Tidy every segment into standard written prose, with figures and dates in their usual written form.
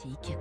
Afrique.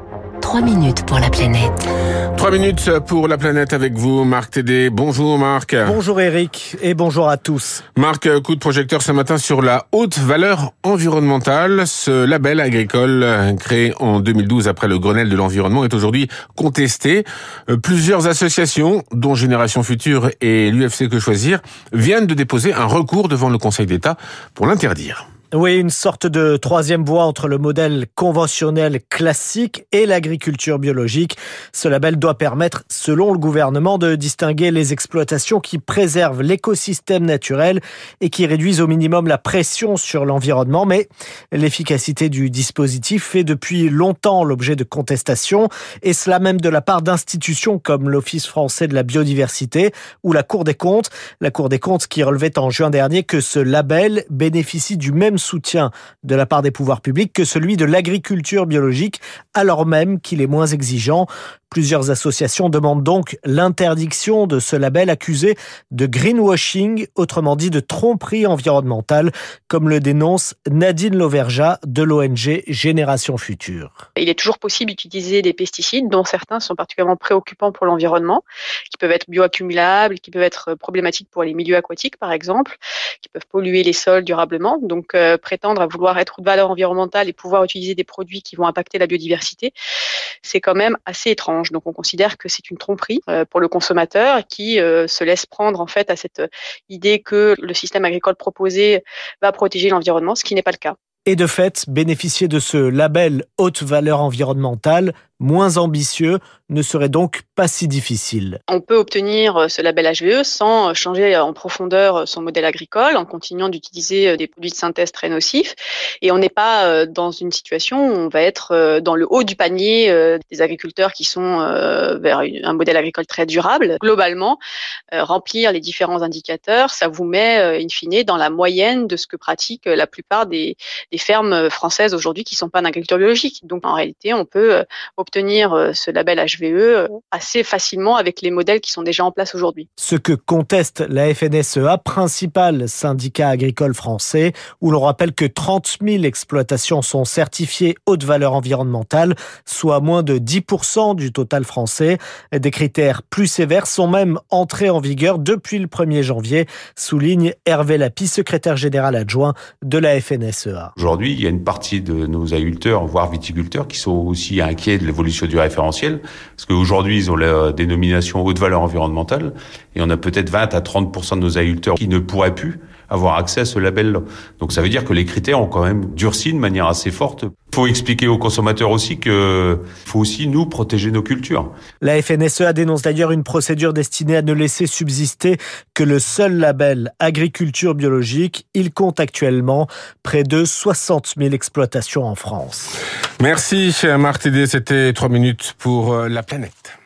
3 minutes pour la planète. 3 minutes pour la planète avec vous, Marc Tédé. Bonjour Marc. Bonjour Eric et bonjour à tous. Marc, coup de projecteur ce matin sur la haute valeur environnementale. Ce label agricole créé en 2012 après le Grenelle de l'environnement est aujourd'hui contesté. Plusieurs associations, dont Génération Future et l'UFC Que Choisir, viennent de déposer un recours devant le Conseil d'État pour l'interdire. Oui, une sorte de troisième voie entre le modèle conventionnel classique et l'agriculture biologique. Ce label doit permettre, selon le gouvernement, de distinguer les exploitations qui préservent l'écosystème naturel et qui réduisent au minimum la pression sur l'environnement. Mais l'efficacité du dispositif fait depuis longtemps l'objet de contestations, et cela même de la part d'institutions comme l'Office français de la biodiversité ou la Cour des comptes. La Cour des comptes qui relevait en juin dernier que ce label bénéficie du même soutien de la part des pouvoirs publics que celui de l'agriculture biologique, alors même qu'il est moins exigeant. Plusieurs associations demandent donc l'interdiction de ce label accusé de greenwashing, autrement dit de tromperie environnementale, comme le dénonce Nadine Lauvergeat de l'ONG Génération Future. Il est toujours possible d'utiliser des pesticides dont certains sont particulièrement préoccupants pour l'environnement, qui peuvent être bioaccumulables, qui peuvent être problématiques pour les milieux aquatiques par exemple, qui peuvent polluer les sols durablement. Donc prétendre à vouloir être haute valeur environnementale et pouvoir utiliser des produits qui vont impacter la biodiversité, c'est quand même assez étrange. Donc on considère que c'est une tromperie pour le consommateur qui se laisse prendre en fait à cette idée que le système agricole proposé va protéger l'environnement, ce qui n'est pas le cas. Et de fait, bénéficier de ce label haute valeur environnementale, moins ambitieux, ne serait donc pas si difficile. On peut obtenir ce label HVE sans changer en profondeur son modèle agricole, en continuant d'utiliser des produits de synthèse très nocifs. Et on n'est pas dans une situation où on va être dans le haut du panier des agriculteurs qui sont vers un modèle agricole très durable. Globalement, remplir les différents indicateurs, ça vous met in fine dans la moyenne de ce que pratiquent la plupart des fermes françaises aujourd'hui qui ne sont pas en agriculture biologique. Donc en réalité, on peut obtenir ce label HVE assez facilement avec les modèles qui sont déjà en place aujourd'hui. Ce que conteste la FNSEA, principal syndicat agricole français, où l'on rappelle que 30 000 exploitations sont certifiées haute valeur environnementale, soit moins de 10% du total français. Des critères plus sévères sont même entrés en vigueur depuis le 1er janvier, souligne Hervé Lapie, secrétaire général adjoint de la FNSEA. Aujourd'hui, il y a une partie de nos agriculteurs, voire viticulteurs, qui sont aussi inquiets de l'évolution du référentiel, parce qu'aujourd'hui, ils ont la dénomination haute valeur environnementale, et on a peut-être 20 à 30% de nos agriculteurs qui ne pourraient plus avoir accès à ce label-là. Donc ça veut dire que les critères ont quand même durci de manière assez forte. Il faut expliquer aux consommateurs aussi que faut aussi nous protéger nos cultures. La FNSEA dénonce d'ailleurs une procédure destinée à ne laisser subsister que le seul label agriculture biologique. Il compte actuellement près de 60 000 exploitations en France. Merci Marc Tédé, c'était 3 minutes pour la planète.